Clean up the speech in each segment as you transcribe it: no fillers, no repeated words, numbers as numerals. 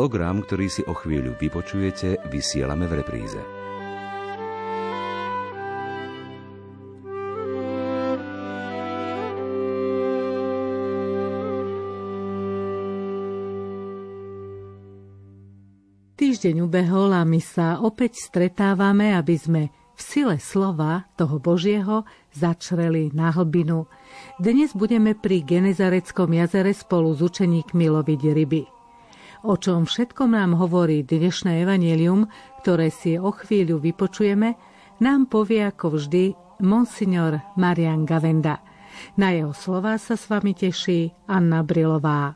Program, ktorý si o chvíľu vypočujete, vysielame v repríze. Týždeň ubehol a my sa opäť stretávame, aby sme v sile slova toho Božieho začreli na hlbinu. Dnes budeme pri Genezareckom jazere spolu s učeníkmi loviť ryby. O čom všetkom nám hovorí dnešné evanjelium, ktoré si o chvíľu vypočujeme, nám povie ako vždy monsignor Marián Gavenda. Na jeho slová sa s vami teší Anna Brilová.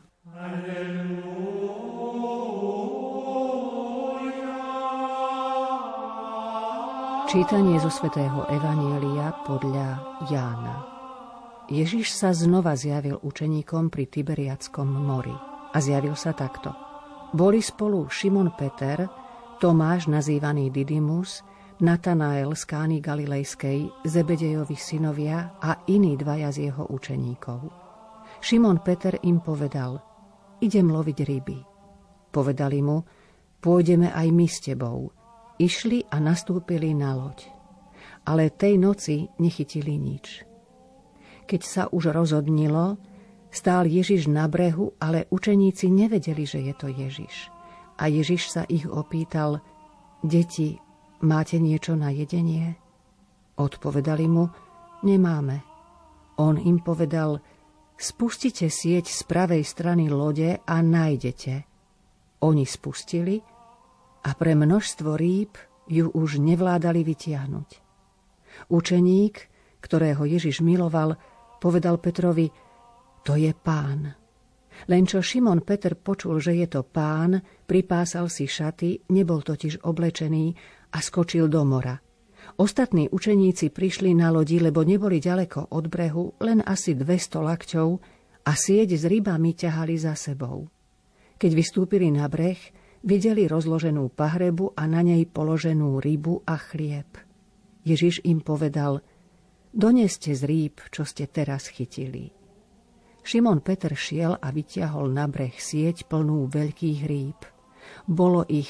Čítanie zo svätého Evanjelia podľa Jána. Ježiš sa znova zjavil učeníkom pri Tiberiadskom mori. A zjavil sa takto. Boli spolu Šimon Peter, Tomáš nazývaný Didymus, Natanael z Kány Galilejskej, Zebedejovi synovia a iní dvaja z jeho učeníkov. Šimon Peter im povedal: idem loviť ryby. Povedali mu: pôjdeme aj my s tebou. Išli a nastúpili na loď. Ale tej noci nechytili nič. Keď sa už rozhodnilo, stál Ježiš na brehu, ale učeníci nevedeli, že je to Ježiš. A Ježiš sa ich opýtal: deti, máte niečo na jedenie? Odpovedali mu: nemáme. On im povedal: spustite sieť z pravej strany lode a nájdete. Oni spustili a pre množstvo rýb ju už nevládali vytiahnuť. Učeník, ktorého Ježiš miloval, povedal Petrovi: to je Pán. Len čo Šimon Peter počul, že je to Pán, pripásal si šaty, nebol totiž oblečený a skočil do mora. Ostatní učeníci prišli na lodi, lebo neboli ďaleko od brehu, len asi 200 lakťov, a sieť s rybami ťahali za sebou. Keď vystúpili na breh, videli rozloženú pahrebu a na nej položenú rybu a chlieb. Ježiš im povedal: doneste z rýb, čo ste teraz chytili. Šimon Peter šiel a vytiahol na breh sieť plnú veľkých rýb. Bolo ich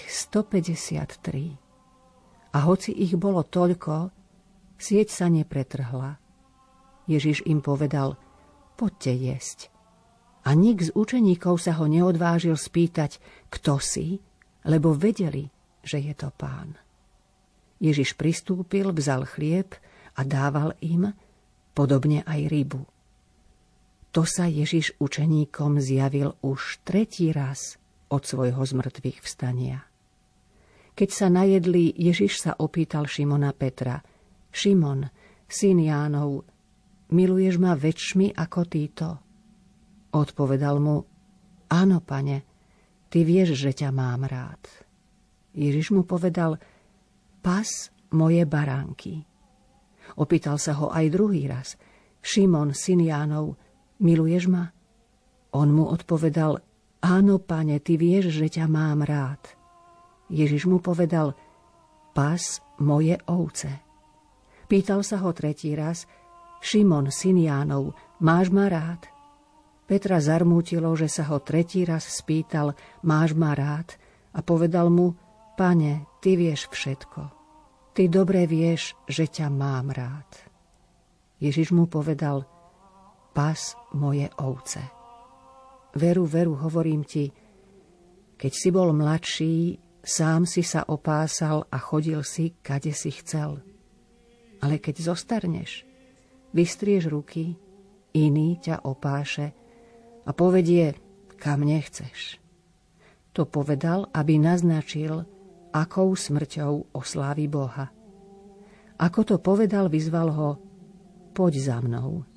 153. A hoci ich bolo toľko, sieť sa nepretrhla. Ježiš im povedal: poďte jesť. A nik z učeníkov sa ho neodvážil spýtať: kto si? Lebo vedeli, že je to Pán. Ježiš pristúpil, vzal chlieb a dával im, podobne aj rybu. To sa Ježiš učeníkom zjavil už 3. raz od svojho zmrtvých vstania. Keď sa najedli, Ježiš sa opýtal Šimona Petra: Šimon, syn Jánov, miluješ ma väčšmi ako títo? Odpovedal mu: áno, Pane, ty vieš, že ťa mám rád. Ježiš mu povedal: pas moje baránky. Opýtal sa ho aj druhý raz: Šimon, syn Jánov, miluješ ma? On mu odpovedal: áno, Pane, ty vieš, že ťa mám rád. Ježiš mu povedal: pas moje ovce. Pýtal sa ho 3. raz: Šimon, syn Jánov, máš ma rád? Petra zarmútilo, že sa ho 3. raz spýtal: máš ma rád? A povedal mu: Pane, ty vieš všetko. Ty dobre vieš, že ťa mám rád. Ježiš mu povedal: pas moje ovce. Veru, veru, hovorím ti, keď si bol mladší, sám si sa opásal a chodil si, kade si chcel. Ale keď zostarneš, vystrieš ruky, iný ťa opáše a povedie, kam nechceš. To povedal, aby naznačil, akou smrťou oslávi Boha. Ako to povedal, vyzval ho: poď za mnou.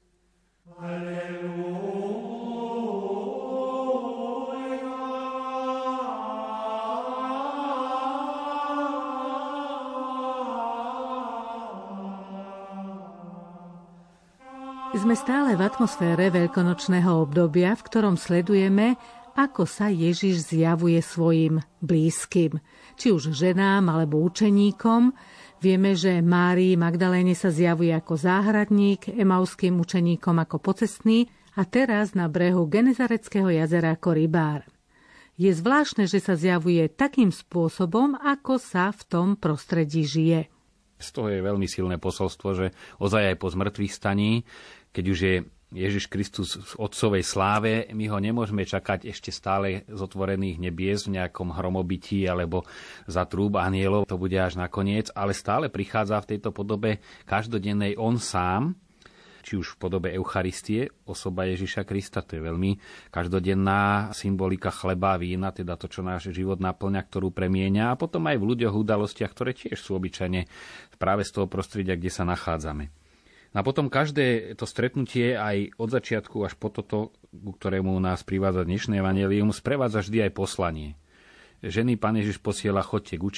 Sme stále v atmosfére veľkonočného obdobia, v ktorom sledujeme, ako sa Ježiš zjavuje svojim blízkym, či už ženám alebo učeníkom. Vieme, že Márii Magdaléne sa zjavuje ako záhradník, emauským učeníkom ako pocestný a teraz na brehu Genezareckého jazera ako rybár. Je zvláštne, že sa zjavuje takým spôsobom, ako sa v tom prostredí žije. Z toho je veľmi silné posolstvo, že ozaj aj po zmrtvých staní, keď už je Ježiš Kristus v otcovej sláve, my ho nemôžeme čakať ešte stále z otvorených nebies v nejakom hromobití alebo za trúb anielov, to bude až nakoniec, ale stále prichádza v tejto podobe každodennej on sám, či už v podobe Eucharistie, osoba Ježiša Krista, to je veľmi každodenná symbolika chleba a vína, teda to, čo náš život naplňa, ktorú premieňa, a potom aj v ľuďoch, udalostiach, ktoré tiež sú obyčajne práve z toho prostredia, kde sa nachádzame. A potom každé to stretnutie aj od začiatku až po toto, ku ktorému nás privádza dnešné evanjelium, sprevádza vždy aj poslanie. Ženy Pán Ježiš posiela: chodte k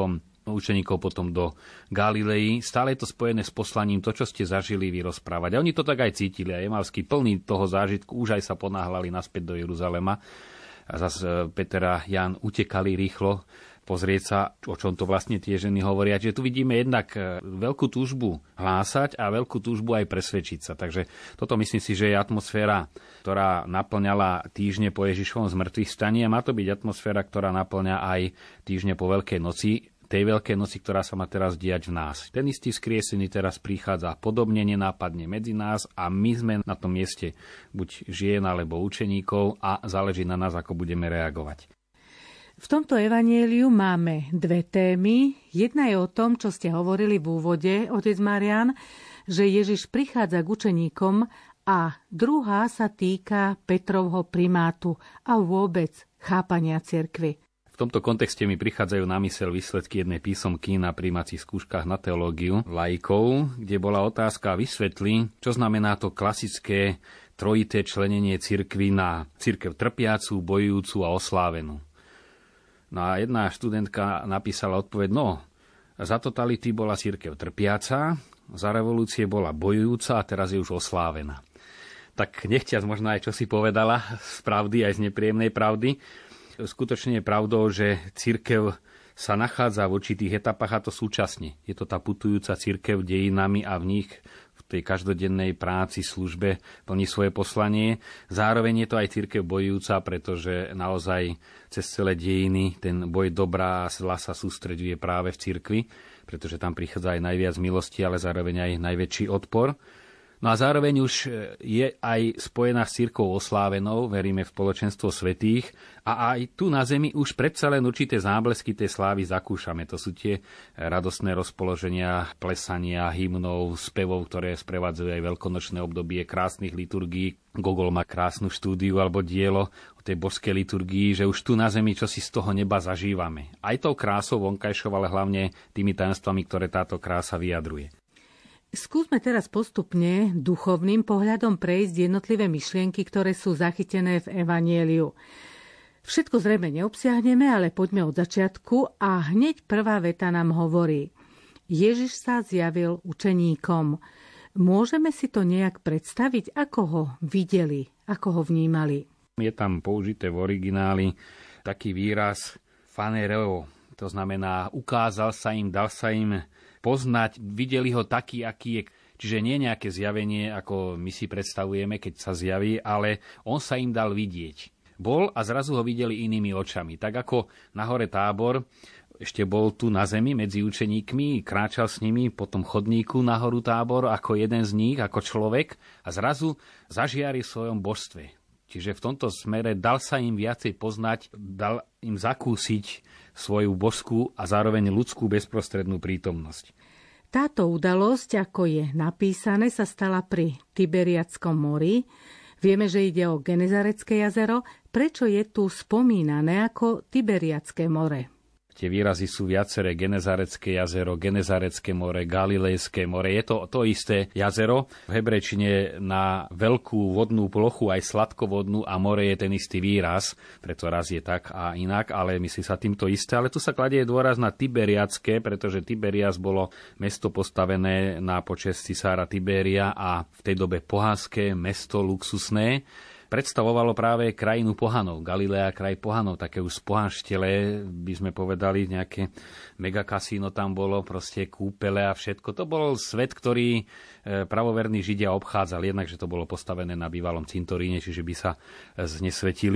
učeníkov potom do Galilei. Stále je to spojené s poslaním, to, čo ste zažili, vy rozprávať. A oni to tak aj cítili. A Emavskí plní toho zážitku už aj sa ponáhľali naspäť do Jeruzalema. A zase Peter a Ján utekali rýchlo pozrieť sa, o čom to vlastne tie ženy hovoria. Čiže tu vidíme jednak veľkú túžbu hlásať a veľkú túžbu aj presvedčiť sa. Takže toto myslím si, že je atmosféra, ktorá naplňala týždne po Ježišovom zmrtvých staní, a má to byť atmosféra, ktorá naplňa aj týždne po Veľkej noci, tej Veľkej noci, ktorá sa má teraz diať v nás. Ten istý vzkriesený teraz prichádza podobne nenápadne medzi nás a my sme na tom mieste buď žien alebo učeníkov a záleží na nás, ako budeme reagovať. V tomto evanjeliu máme dve témy. Jedna je o tom, čo ste hovorili v úvode, otec Marián, že Ježiš prichádza k učeníkom, a druhá sa týka Petrovho primátu a vôbec chápania cirkvi. V tomto kontexte mi prichádzajú na myseľ výsledky jednej písomky na prijímacích skúškach na teológiu laikov, kde bola otázka: vysvetli, čo znamená to klasické trojité členenie cirkvi na cirkev trpiacu, bojujúcu a oslávenú. No a jedna študentka napísala odpoveď: za totality bola cirkev trpiaca, za revolúcie bola bojujúca a teraz je už oslávená. Tak nechťac možno aj čo si povedala z pravdy, aj z nepríjemnej pravdy. Skutočne je pravdou, že cirkev sa nachádza v určitých etapách, a to súčasne. Je to tá putujúca cirkev dejinami a v nich v tej každodennej práci, službe plní svoje poslanie. Zároveň je to aj cirkev bojujúca, pretože naozaj cez celé dejiny ten boj dobrá a zla sa sústreďuje práve v cirkvi, pretože tam prichádza aj najviac milosti, ale zároveň aj najväčší odpor. No a zároveň už je aj spojená s cirkvou oslávenou, veríme v spoločenstvo svätých, a aj tu na zemi už predsa len určité záblesky tej slávy zakúšame. To sú tie radostné rozpoloženia, plesania, hymnov, spevov, ktoré sprevádzajú aj veľkonočné obdobie, krásnych liturgií. Gogol má krásnu štúdiu alebo dielo o tej božskej liturgii, že už tu na zemi čosi z toho neba zažívame. Aj tou krásou vonkajšou, ale hlavne tými tajomstvami, ktoré táto krása vyjadruje. Skúsme teraz postupne duchovným pohľadom prejsť jednotlivé myšlienky, ktoré sú zachytené v evanjeliu. Všetko zrejme neobsiahneme, ale poďme od začiatku a hneď prvá veta nám hovorí: Ježiš sa zjavil učeníkom. Môžeme si to nejak predstaviť, ako ho videli, ako ho vnímali? Je tam použité v origináli taký výraz phanereo, to znamená ukázal sa im, dal sa im poznať, videli ho taký, aký je. Čiže nie nejaké zjavenie, ako my si predstavujeme, keď sa zjaví, ale on sa im dal vidieť. Bol a zrazu ho videli inými očami. Tak ako na hore Tábor ešte bol tu na zemi medzi učeníkmi, kráčal s nimi po tom chodníku na horu Tábor ako jeden z nich, ako človek, a zrazu zažiari v svojom božstve. Čiže v tomto smere dal sa im viacej poznať, dal im zakúsiť svoju božskú a zároveň ľudskú bezprostrednú prítomnosť. Táto udalosť, ako je napísané, sa stala pri Tiberiadskom mori. Vieme, že ide o Genezarecké jazero. Prečo je tu spomínané ako Tiberiadské more? Tie výrazy sú viaceré: Genezarecké jazero, Genezarecké more, Galilejské more. Je to isté jazero. V hebrejčine na veľkú vodnú plochu, aj sladkovodnú, a more je ten istý výraz. Preto raz je tak a inak, ale myslí sa týmto isté. Ale tu sa kladie dôraz na Tiberiadské, pretože Tiberias bolo mesto postavené na počesť cisára Tiberia a v tej dobe pohanské mesto, luxusné. Predstavovalo práve krajinu pohanov. Galilea, kraj pohanov, také už spohanštele, by sme povedali, nejaké megakasíno tam bolo, proste kúpele a všetko. To bol svet, ktorý pravoverní Židia obchádzali, jednak, že to bolo postavené na bývalom cintoríne, čiže by sa znesvetili.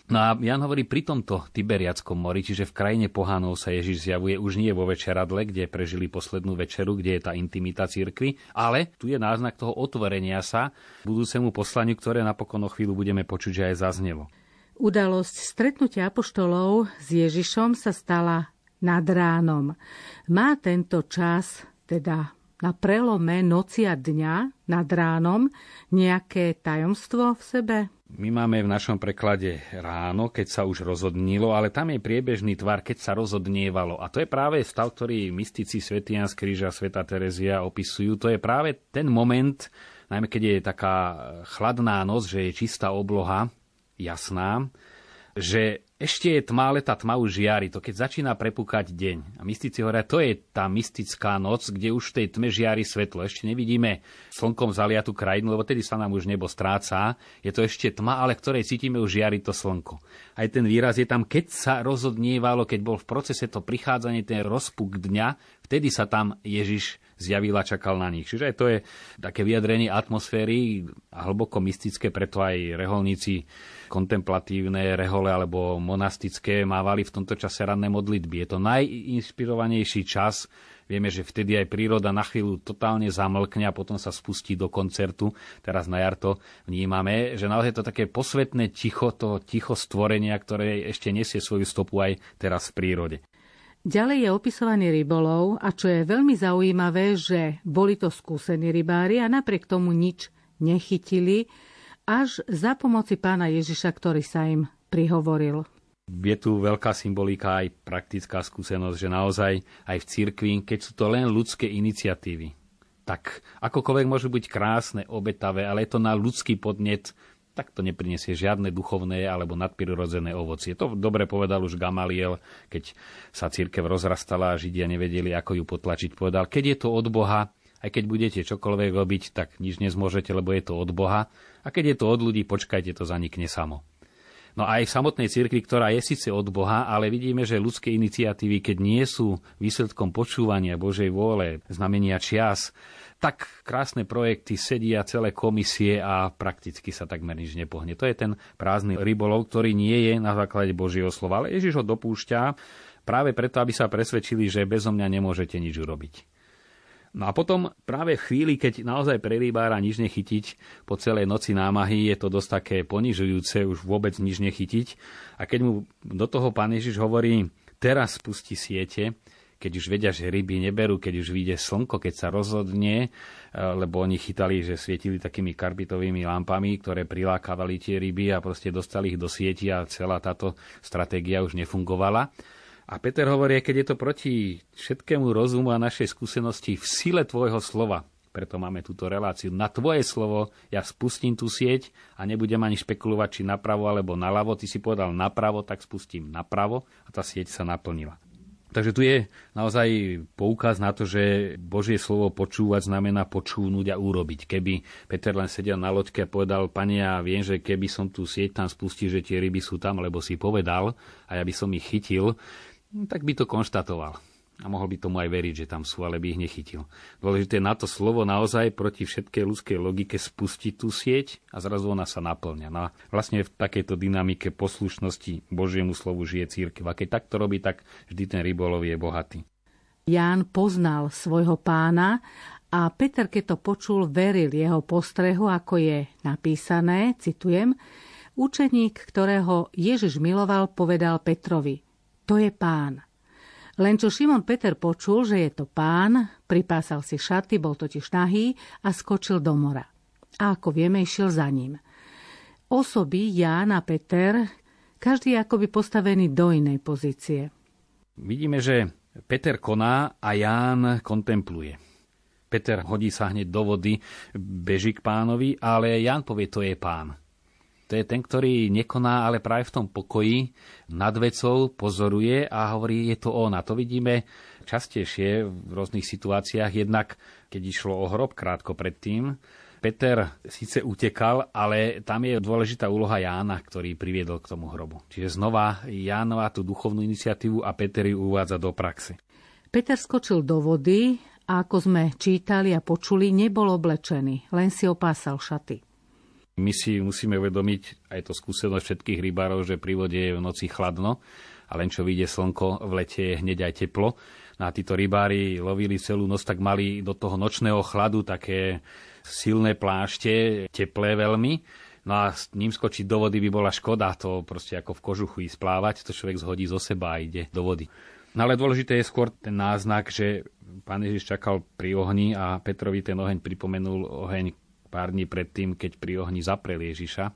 No a Ján hovorí pri tomto Tiberiackom mori, čiže v krajine pohánov sa Ježiš zjavuje už nie vo večeradle, kde prežili poslednú večeru, kde je tá intimita cirkvi, ale tu je náznak toho otvorenia sa budúcemu poslaniu, ktoré napokon o chvíľu budeme počuť, že aj zaznelo. Udalosť stretnutia apoštolov s Ježišom sa stala nad ránom. Má tento čas, teda na prelome noci a dňa nad ránom, nejaké tajomstvo v sebe? My máme v našom preklade ráno, keď sa už rozodnilo, ale tam je priebežný tvar, keď sa rozodnievalo. A to je práve stav, ktorý mystici svätý Ján z Kríža a svätá Terezia opisujú. To je práve ten moment, najmä keď je taká chladná noc, že je čistá obloha, jasná, že ešte je tma, ale tá tma už žiari. To keď začína prepúkať deň. A mystici hovoria, to je tá mystická noc, kde už v tej tme žiari svetlo. Ešte nevidíme slnkom zaliatú krajinu, lebo tedy sa nám už nebo stráca. Je to ešte tma, ale ktorej cítime už žiari to slnko. Aj ten výraz je tam, keď sa rozodnievalo, keď bol v procese to prichádzanie, ten rozpuk dňa, vtedy sa tam Ježiš zjavil a čakal na nich. Čiže to je také vyjadrenie atmosféry a hlboko mystické, preto aj reholníci kontemplatívne rehole alebo monastické mávali v tomto čase ranné modlitby. Je to najinšpirovanejší čas. Vieme, že vtedy aj príroda na chvíľu totálne zamlkne a potom sa spustí do koncertu. Teraz na jar to vnímame, že naozaj to také posvetné ticho, to ticho stvorenia, ktoré ešte nesie svoju stopu aj teraz v prírode. Ďalej je opisovaný rybolov a čo je veľmi zaujímavé, že boli to skúsení rybári a napriek tomu nič nechytili, až za pomoci pána Ježiša, ktorý sa im prihovoril. Je tu veľká symbolika aj praktická skúsenosť, že naozaj aj v cirkvi, keď sú to len ľudské iniciatívy, tak akokoľvek môžu byť krásne, obetavé, ale je to na ľudský podnet, tak to neprinesie žiadne duchovné alebo nadprirodzené ovocie. To dobre povedal už Gamaliel, keď sa cirkev rozrastala a Židia nevedeli, ako ju potlačiť. Povedal, keď je to od Boha, aj keď budete čokoľvek robiť, tak nič nezmôžete, lebo je to od Boha. A keď je to od ľudí, počkajte, to zanikne samo. No a aj v samotnej cirkvi, ktorá je síce od Boha, ale vidíme, že ľudské iniciatívy, keď nie sú výsledkom počúvania Božej vôle, znamenia čias, tak krásne projekty sedia celé komisie a prakticky sa takmer nič nepohne. To je ten prázdny rybolov, ktorý nie je na základe Božieho slova, ale Ježiš ho dopúšťa práve preto, aby sa presvedčili, že bezo mňa nemôžete nič urobiť. No a potom práve v chvíli, keď naozaj pre rybára nič nechytiť po celej noci námahy, je to dosť také ponižujúce už vôbec nič nechytiť. A keď mu do toho pán Ježiš hovorí, teraz spustí siete, keď už vedia, že ryby neberú, keď už vyjde slnko, keď sa rozhodne, lebo oni chytali, že svietili takými karbitovými lampami, ktoré prilákavali tie ryby a proste dostali ich do sieti a celá táto stratégia už nefungovala. A Peter hovorí, keď je to proti všetkému rozumu a našej skúsenosti v sile tvojho slova, preto máme túto reláciu, na tvoje slovo ja spustím tú sieť a nebudem ani špekulovať, či napravo alebo naľavo. Ty si povedal napravo, tak spustím napravo a tá sieť sa naplnila. Takže tu je naozaj poukaz na to, že Božie slovo počúvať znamená počúvnuť a urobiť. Keby Peter len sedel na loďke a povedal, Pane, ja viem, že keby som tú sieť tam spustil, že tie ryby sú tam, lebo si povedal a ja by som ich chytil, tak by to konštatoval. A mohol by tomu aj veriť, že tam sú, ale by ich nechytil. Dôležité na to slovo naozaj proti všetkej ľudskej logike spustiť tú sieť a zrazu ona sa naplňa. No a vlastne v takejto dynamike poslušnosti Božiemu slovu žije cirkev. A keď takto robí, tak vždy ten rybolov je bohatý. Ján poznal svojho pána a Peter, keď to počul, veril jeho postrehu, ako je napísané, citujem, učeník, ktorého Ježiš miloval, povedal Petrovi, to je pán. Len čo Šimon Peter počul, že je to pán, pripásal si šaty, bol totiž nahý a skočil do mora. A ako vieme, išiel za ním. Osoby Ján a Peter, každý akoby postavený do inej pozície. Vidíme, že Peter koná a Ján kontempluje. Peter hodí sa hneď do vody, beží k pánovi, ale Ján povie, to je pán. To je ten, ktorý nekoná, ale práve v tom pokoji nad vecou pozoruje a hovorí, je to on. A to vidíme častejšie v rôznych situáciách. Jednak, keď išlo o hrob krátko predtým, Peter síce utekal, ale tam je dôležitá úloha Jána, ktorý priviedol k tomu hrobu. Čiže znova Jánova tú duchovnú iniciatívu a Peter ju uvádza do praxe. Peter skočil do vody a ako sme čítali a počuli, nebol oblečený, len si opásal šaty. My si musíme uvedomiť, aj to skúsenosť všetkých rybárov, že pri vode je v noci chladno a len čo vyjde slnko, v lete je hneď aj teplo. No a títo rybári lovili celú noc, tak mali do toho nočného chladu také silné plášte, teplé veľmi. No a s ním skočiť do vody by bola škoda, to proste ako v kožuchu ísť plávať, to človek zhodí zo seba a ide do vody. No ale dôležité je skôr ten náznak, že Pán Ježiš čakal pri ohni a Petrovi ten oheň pripomenul oheň pár dní predtým, keď pri ohni zaprel Ježiša.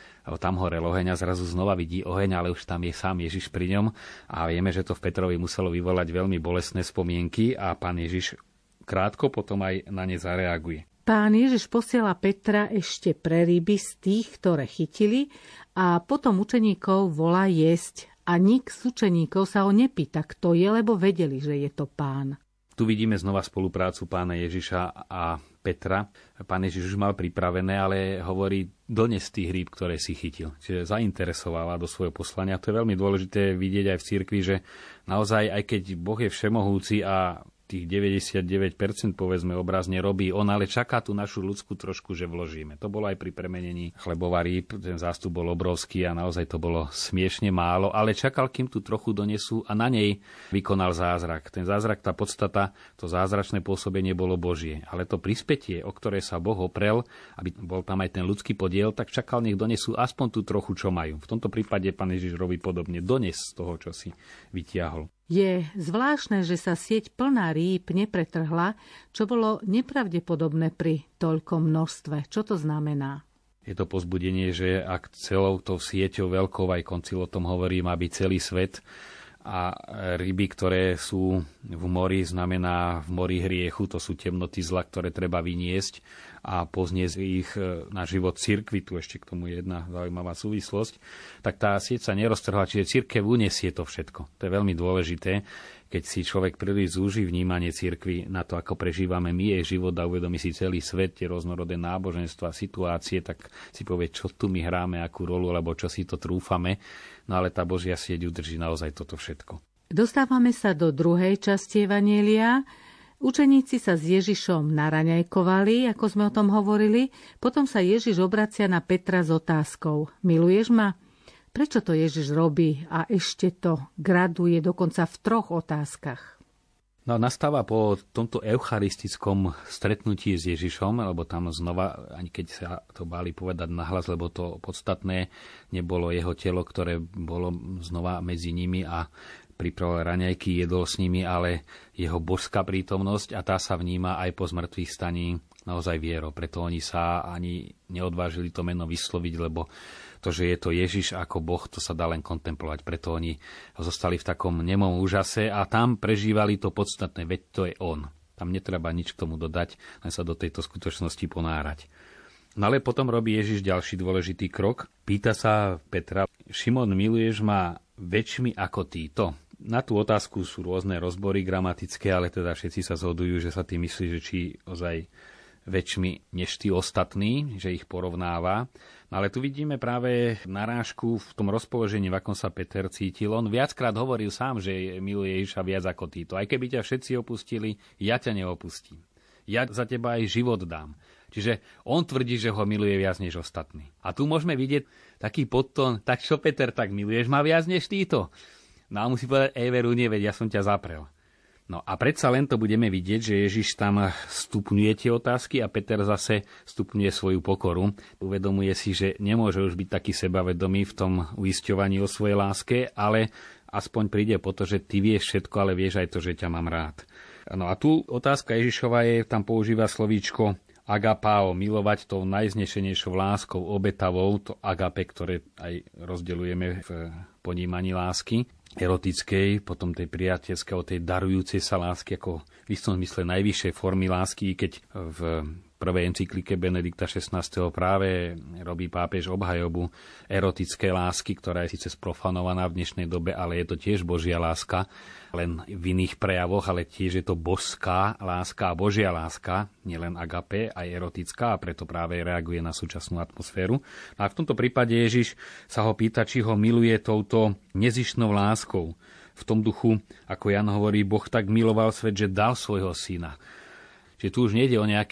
Tam horel oheň a zrazu znova vidí oheň, ale už tam je sám Ježiš pri ňom. A vieme, že to v Petrovi muselo vyvolať veľmi bolestné spomienky a Pán Ježiš krátko potom aj na ne zareaguje. Pán Ježiš posiela Petra ešte pre ryby z tých, ktoré chytili a potom učeníkov volá jesť. A nik z učeníkov sa ho nepýta, kto je, lebo vedeli, že je to Pán. Tu vidíme znova spoluprácu Pána Ježiša a Petra. Pán Ježiš už mal pripravené, ale hovorí, dones tých rýb, ktoré si chytil. Čiže zainteresovala do svojho poslania. To je veľmi dôležité vidieť aj v cirkvi, že naozaj, aj keď Boh je všemohúci a tých 99% povedzme obrazne robí on, ale čaká tú našu ľudskú trošku, že vložíme. To bolo aj pri premenení chlebova rýb, ten zástup bol obrovský a naozaj to bolo smiešne málo, ale čakal, kým tu trochu donesú a na nej vykonal zázrak. Ten zázrak, tá podstata, to zázračné pôsobenie bolo Božie, ale to prispätie, o ktoré sa Boh oprel, aby bol tam aj ten ľudský podiel, tak čakal, nech donesú aspoň tú trochu, čo majú. V tomto prípade Pán Ježiš robí podobne, dones z toho, čo si vytiahol. Je zvláštne, že sa sieť plná rýb nepretrhla, čo bolo nepravdepodobné pri toľkom množstve. Čo to znamená? Je to povzbudenie, že ak celou tou sieťou veľkou, aj koncil o tom hovorí, má byť celý svet a ryby, ktoré sú v mori, znamená v mori hriechu, to sú temnoty zla, ktoré treba vyniesť a pozniesť ich na život cirkvi. Tu ešte k tomu je jedna zaujímavá súvislosť. Tak tá sieť sa neroztrhla, čiže cirkev uniesie to všetko. To je veľmi dôležité, keď si človek príliš zúži vnímanie cirkvi na to, ako prežívame my jej život a uvedomí si celý svet, tie rôznorodé náboženstva, situácie, tak si povie, čo tu my hráme, akú rolu, alebo čo si to trúfame. No ale tá Božia sieť udrží naozaj toto všetko. Dostávame sa do druhej časti Evanjelia. Učeníci sa s Ježišom naraňajkovali, ako sme o tom hovorili. Potom sa Ježiš obracia na Petra s otázkou: miluješ ma? Prečo to Ježiš robí a ešte to graduje dokonca v 3 otázkach? No, nastáva po tomto eucharistickom stretnutí s Ježišom, lebo tam znova, ani keď sa to báli povedať nahlas, lebo to podstatné nebolo jeho telo, ktoré bolo znova medzi nimi a pripravoval raňajky, jedol s nimi, ale jeho božská prítomnosť a tá sa vníma aj po zmrtvých staní naozaj vierou. Preto oni sa ani neodvážili to meno vysloviť, lebo to, že je to Ježiš ako Boh, to sa dá len kontemplovať. Preto oni zostali v takom nemom úžase a tam prežívali to podstatné, veď to je on. Tam netreba nič k tomu dodať, len sa do tejto skutočnosti ponárať. No ale potom robí Ježiš ďalší dôležitý krok. Pýta sa Petra: Šimon, miluješ ma väčšmi ako títo? Na tú otázku sú rôzne rozbory gramatické, ale teda všetci sa zhodujú, že sa tým myslí, že či ozaj väčšmi než tí ostatní, že ich porovnáva. No ale tu vidíme práve narážku v tom rozpoložení, v akom sa Peter cítil. On viackrát hovoril sám, že miluje Ježiša viac ako títo. Aj keby ťa všetci opustili, ja ťa neopustím. Ja za teba aj život dám. Čiže on tvrdí, že ho miluje viac než ostatní. A tu môžeme vidieť taký podtón: tak čo, Peter, tak miluješ ma viac než títo? No a musí povedať: veru, nie, veď ja som ťa zaprel. No a predsa len to budeme vidieť, že Ježiš tam stupňuje tie otázky a Peter zase stupňuje svoju pokoru. Uvedomuje si, že nemôže už byť taký sebavedomý v tom uisťovaní o svojej láske, ale aspoň príde po to, že ty vieš všetko, ale vieš aj to, že ťa mám rád. No a tu otázka Ježišova je, tam používa slovíčko agapao, milovať tou najznešenejšou láskou, obetavou, to agape, ktoré aj rozdeľujeme v ponímaní lásky erotickej, potom tej priateľskej, o tej darujúcej sa lásky, ako v istom zmysle najvyššej formy lásky, keď v prvej encyklike Benedikta XVI. Práve robí pápež obhajobu erotickej lásky, ktorá je síce sprofanovaná v dnešnej dobe, ale je to tiež Božia láska, len v iných prejavoch, ale tiež je to božská láska a Božia láska, nielen agape, aj erotická, a preto práve reaguje na súčasnú atmosféru. A v tomto prípade Ježiš sa ho pýta, či ho miluje touto nezištnou láskou. V tom duchu, ako Jan hovorí, Boh tak miloval svet, že dal svojho syna. Čiže tu už nejde o nejaké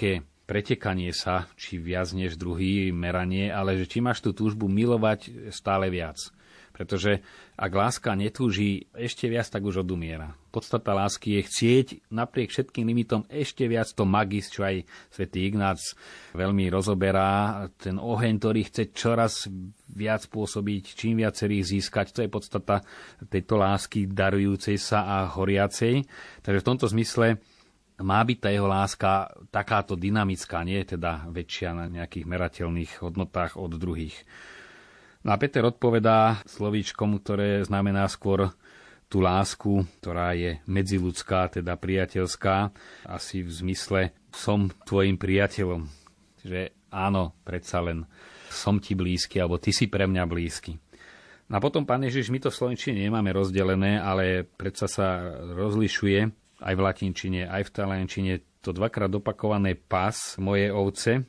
pretekanie sa, či viac než druhý, meranie, ale že či máš tú túžbu milovať stále viac. Pretože ak láska netúži ešte viac, tak už odumiera. Podstata lásky je chcieť napriek všetkým limitom ešte viac, to magis, čo aj svätý Ignác veľmi rozoberá. Ten oheň, ktorý chce čoraz viac pôsobiť, čím viacerých získať. To je podstata tejto lásky darujúcej sa a horiacej. Takže v tomto zmysle má byť tá jeho láska takáto dynamická, nie je teda väčšia na nejakých merateľných hodnotách od druhých. No a Peter odpovedá slovíčkom, ktoré znamená skôr tú lásku, ktorá je medziľudská, teda priateľská, asi v zmysle som tvojim priateľom. Že áno, predsa len som ti blízky, alebo ty si pre mňa blízky. No a potom, Pán Ježiš, my to v slovenčine nemáme rozdelené, ale predsa sa rozlišuje aj v latinčine, aj v taliančine to dvakrát opakované pas, moje ovce,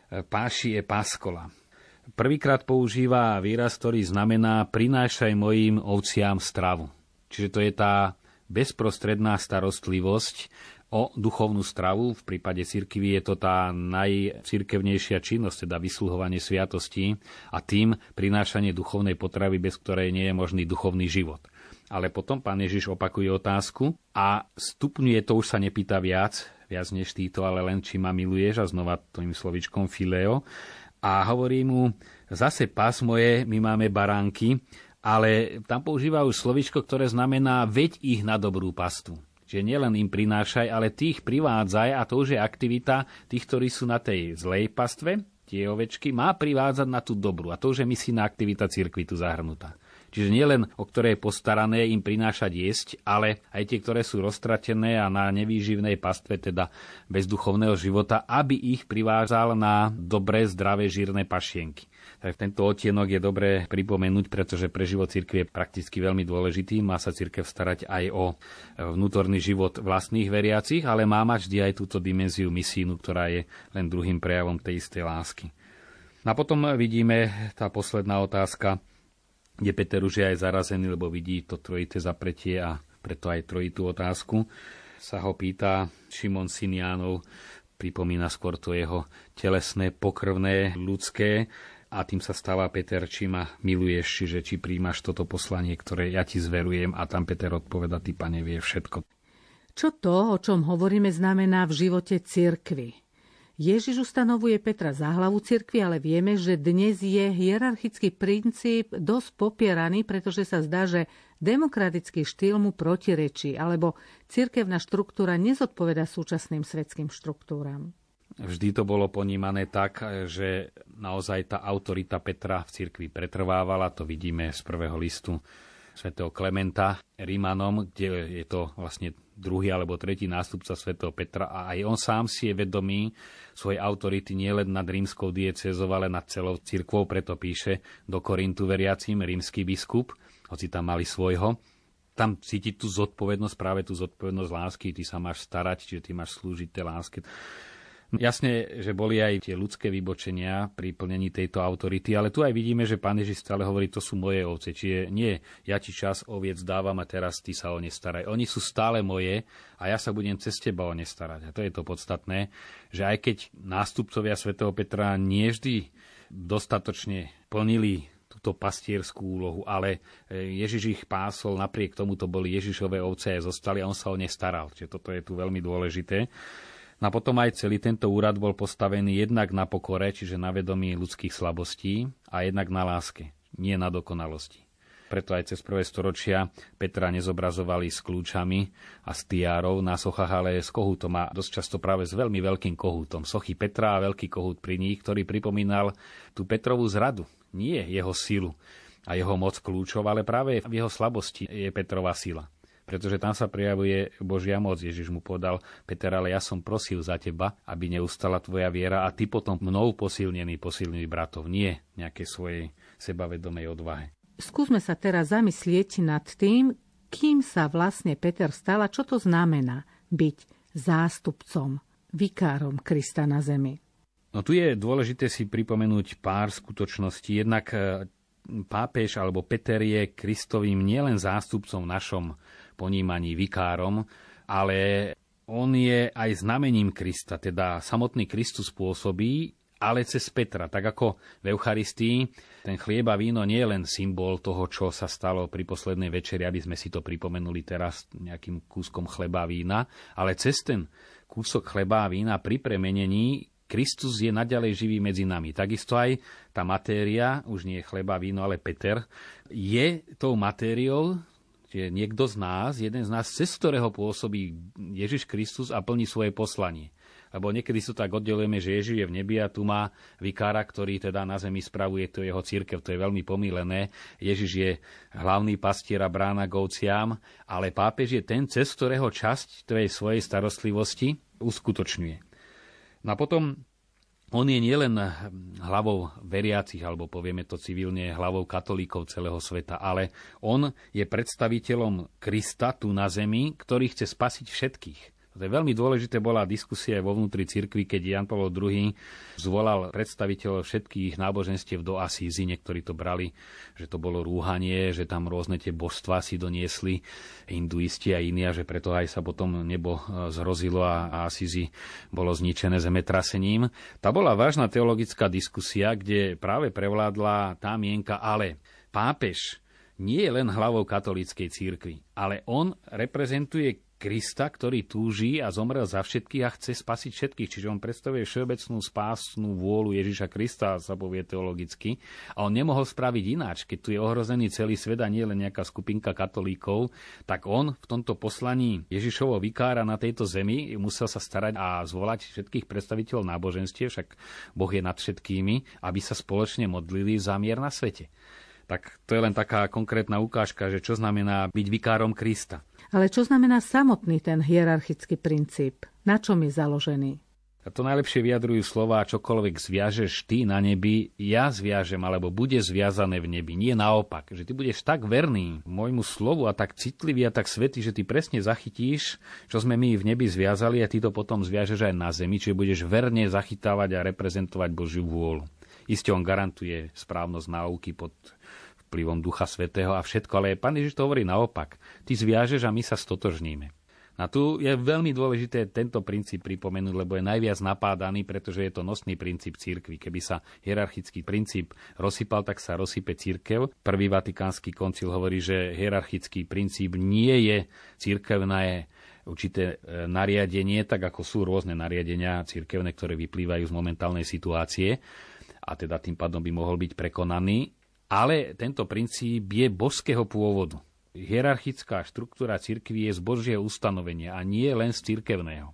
páši e paskola. Prvýkrát používa výraz, ktorý znamená prinášaj mojim ovciam stravu. Čiže to je tá bezprostredná starostlivosť o duchovnú stravu. V prípade cirkvi je to tá najcirkevnejšia činnosť, teda vysluhovanie sviatostí a tým prinášanie duchovnej potravy, bez ktorej nie je možný duchovný život. Ale potom Pán Ježiš opakuje otázku a stupňuje, to už sa nepýta viac než týto, ale len či ma miluješ, a znova tým slovičkom fileo. A hovorí mu, zase pás moje, my máme baránky, ale tam používa už slovičko, ktoré znamená veď ich na dobrú pastvu. Čiže nielen im prinášaj, ale tých privádzaj, a to už je aktivita tých, ktorí sú na tej zlej pastve, tie ovečky, má privádzať na tú dobrú. A to už je misijná aktivita cirkvi tu zahrnutá. Čiže nielen o ktoré je postarané im prinášať jesť, ale aj tie, ktoré sú roztratené a na nevýživnej pastve, teda bez duchovného života, aby ich privázal na dobré, zdravé, žírne pašienky. Tak tento odtienok je dobré pripomenúť, pretože pre život cirkvi je prakticky veľmi dôležitý. Má sa cirkev starať aj o vnútorný život vlastných veriacich, ale má mať vždy aj túto dimenziu misínu, ktorá je len druhým prejavom tej istej lásky. A potom vidíme tá posledná otázka, kde Peter už je aj zarazený, lebo vidí to trojité zapretie a preto aj trojitú otázku. Sa ho pýta Šimon syn Jánov, pripomína skôr to jeho telesné, pokrvné, ľudské, a tým sa stáva Peter, či ma miluješ, čiže či príjmaš toto poslanie, ktoré ja ti zverujem, a tam Peter odpoveda, ty, Pane, vie všetko. Čo to, o čom hovoríme, znamená v živote cirkvi? Ježiš ustanovuje Petra za hlavu cirkvi, ale vieme, že dnes je hierarchický princíp dosť popieraný, pretože sa zdá, že demokratický štýl mu protirečí, alebo cirkevná štruktúra nezodpoveda súčasným svetským štruktúram. Vždy to bolo ponímané tak, že naozaj tá autorita Petra v cirkvi pretrvávala. To vidíme z prvého listu svätého Klementa Rímanom, kde je to vlastne druhý alebo tretí nástupca svätého Petra, a aj on sám si je vedomý svojej autority nielen nad rímskou diecézou, ale nad celou cirkvou, preto píše do Korintu veriacim rímsky biskup, hoci tam mali svojho. Tam cítiť tú zodpovednosť, práve tú zodpovednosť lásky, ty sa máš starať, čiže ty máš slúžiť tej láske. Jasne, že boli aj tie ľudské vybočenia pri plnení tejto autority, ale tu aj vidíme, že Pán Ježiš stále hovorí, to sú moje ovce. Čiže nie, ja ti čas oviec dávam a teraz ty sa o ne staraj. Oni sú stále moje a ja sa budem cez teba o ne starať. A to je to podstatné, že aj keď nástupcovia svätého Petra nie vždy dostatočne plnili túto pastierskú úlohu, ale Ježiš ich pásol, napriek tomu to boli Ježišové ovce a zostali a on sa o ne staral. Čiže toto je tu veľmi dôležité. A potom aj celý tento úrad bol postavený jednak na pokore, čiže na vedomí ľudských slabostí, a jednak na láske, nie na dokonalosti. Preto aj cez prvé storočia Petra nezobrazovali s kľúčami a s tiárov na sochách, ale s kohútom, a dosť často práve s veľmi veľkým kohútom. Sochy Petra a veľký kohút pri nich, ktorý pripomínal tú Petrovú zradu, nie jeho silu a jeho moc kľúčov, ale práve v jeho slabosti je Petrova sila. Pretože tam sa prejavuje Božia moc. Ježiš mu povedal, Peter, ale ja som prosil za teba, aby neustala tvoja viera a ty potom mnou posilnený bratov, nie nejakej svojej sebavedomej odvahe. Skúsme sa teraz zamyslieť nad tým, kým sa vlastne Peter stal a čo to znamená byť zástupcom, vikárom Krista na zemi. No tu je dôležité si pripomenúť pár skutočností. Jednak pápež alebo Peter je Kristovým nielen zástupcom v našom ponímaní, vikárom, ale on je aj znamením Krista, teda samotný Kristus pôsobí, ale cez Petra. Tak ako v Eucharistii, ten chlieb a víno nie je len symbol toho, čo sa stalo pri poslednej večeri, aby sme si to pripomenuli teraz nejakým kúskom chleba a vína, ale cez ten kúsok chleba a vína pri premenení Kristus je naďalej živý medzi nami. Takisto aj tá matéria, už nie je chleba a víno, ale Peter, je tou matériou, že niekto z nás, jeden z nás, cez ktorého pôsobí Ježiš Kristus a plní svoje poslanie. Lebo niekedy sa tak oddelujeme, že Ježiš je v nebi a tu má vikára, ktorý teda na zemi spravuje to jeho cirkev. To je veľmi pomýlené. Ježiš je hlavný pastier a brána k ovciam, ale pápež je ten, cez ktorého časť tej svojej starostlivosti uskutočňuje. No a potom on je nielen hlavou veriacich, alebo povieme to civilne, hlavou katolíkov celého sveta, ale on je predstaviteľom Krista tu na zemi, ktorý chce spasiť všetkých. To je veľmi dôležité, bola diskusia vo vnútri cirkvi, keď Jan Pavol II zvolal predstaviteľov všetkých náboženstiev do Asízy. Niektorí to brali, že to bolo rúhanie, že tam rôzne tie božstvá si doniesli hinduisti a iní, a že preto aj sa potom nebo zhrozilo a Asízy bolo zničené zemetrasením. Tá bola vážna teologická diskusia, kde práve prevládla tá mienka, ale pápež nie je len hlavou katolíckej cirkvi, ale on reprezentuje Krista, ktorý túži a zomrel za všetkých a chce spasiť všetkých. Čiže on predstavuje všeobecnú spásnu vôľu Ježiša Krista, sa povie teologicky. A on nemohol spraviť ináč. Keď tu je ohrozený celý svet a nie len nejaká skupinka katolíkov, tak on v tomto poslaní Ježišovho vikára na tejto zemi musel sa starať a zvolať všetkých predstaviteľov náboženstiev, však Boh je nad všetkými, aby sa spoločne modlili za mier na svete. Tak to je len taká konkrétna ukážka, že čo znamená byť vikárom Krista. Ale čo znamená samotný ten hierarchický princíp? Na čom je založený? A to najlepšie vyjadrujú slová, čokoľvek zviažeš ty na nebi, ja zviažem, alebo bude zviazané v nebi. Nie naopak, že ty budeš tak verný môjmu slovu a tak citlivý a tak svätý, že ty presne zachytíš, čo sme my v nebi zviazali a ty to potom zviažeš aj na zemi, čiže budeš verne zachytávať a reprezentovať Božiu vôľu. Isté on garantuje správnosť náuky pod vplyvom Ducha Svätého a všetko, ale Pán Ježiš to hovorí naopak. Ty zviažeš a my sa stotožníme. A tu je veľmi dôležité tento princíp pripomenúť, lebo je najviac napádaný, pretože je to nosný princíp cirkvi. Keby sa hierarchický princíp rozsypal, tak sa rozsype cirkev. Prvý vatikánsky koncil hovorí, že hierarchický princíp nie je cirkevné určité nariadenie, tak ako sú rôzne nariadenia cirkevné, ktoré vyplývajú z momentálnej situácie a teda tým pádom by mohol byť prekonaný. Ale tento princíp je božského pôvodu. Hierarchická štruktúra cirkvi je z Božieho ustanovenia a nie len z cirkevného.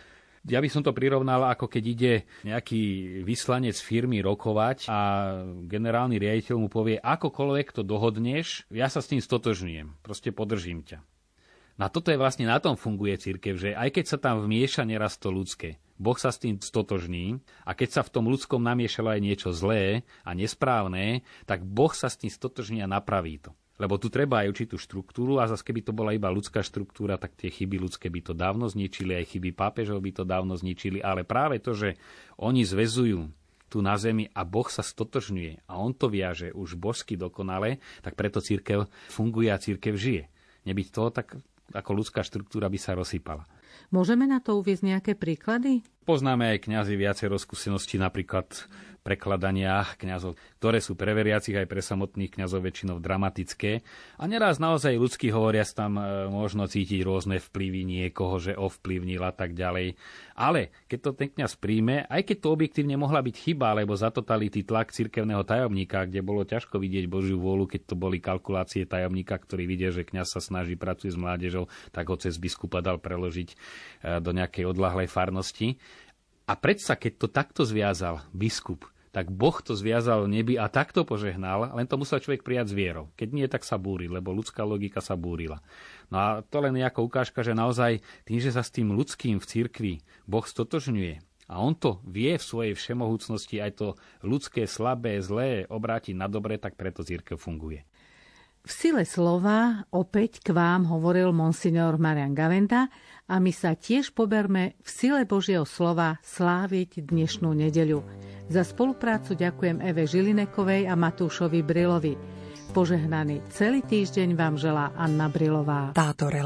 Ja by som to prirovnal, ako keď ide nejaký vyslanec firmy rokovať a generálny riaditeľ mu povie, akokoľvek to dohodneš, ja sa s tým stotožňujem, proste podržím ťa. Na toto je vlastne, na tom funguje cirkev, že aj keď sa tam vmieša neraz to ľudské, Boh sa s tým stotožní a keď sa v tom ľudskom namiešalo aj niečo zlé a nesprávne, tak Boh sa s tým stotožní a napraví to. Lebo tu treba aj určitú štruktúru a zase keby to bola iba ľudská štruktúra, tak tie chyby ľudské by to dávno zničili, aj chyby pápežov by to dávno zničili, ale práve to, že oni zväzujú tu na zemi a Boh sa stotožňuje a on to viaže už božsky dokonale, tak preto cirkev funguje a cirkev žije. Nebyť toho, tak ako ľudská štruktúra by sa rozsypala. Môžeme na to uviesť nejaké príklady? Poznáme aj kňazi viacero skúseností, napríklad prekladania kňazov, ktoré sú pre veriacich aj pre samotných kňazov väčšinou dramatické. A neraz naozaj ľudský hovoriac tam možno cítiť rôzne vplyvy niekoho, že ovplyvnil a tak ďalej. Ale keď to ten kňaz príjme, aj keď to objektívne mohla byť chyba, alebo za totality tlak cirkevného tajomníka, kde bolo ťažko vidieť Božiu vôľu, keď to boli kalkulácie tajomníka, ktorý vidie, že kňaz sa snaží, pracuje s mládežou, tak ho cez biskupa dal preložiť do nejakej odľahlej farnosti. A predsa, keď to takto zviazal biskup, tak Boh to zviazal v nebi a takto požehnal, len to musel človek prijať s vierou. Keď nie, tak sa búri, lebo ľudská logika sa búrila. No a to len je ako ukážka, že naozaj tým, že sa s tým ľudským v cirkvi Boh stotožňuje a on to vie v svojej všemohúcnosti aj to ľudské, slabé, zlé obrátiť na dobre, tak preto cirkev funguje. V sile slova opäť k vám hovoril monsignor Marian Gavenda a my sa tiež poberme v sile Božieho slova sláviť dnešnú nedeľu. Za spoluprácu ďakujem Eve Žilinekovej a Matúšovi Brilovi. Požehnaný celý týždeň vám želá Anna Brilová.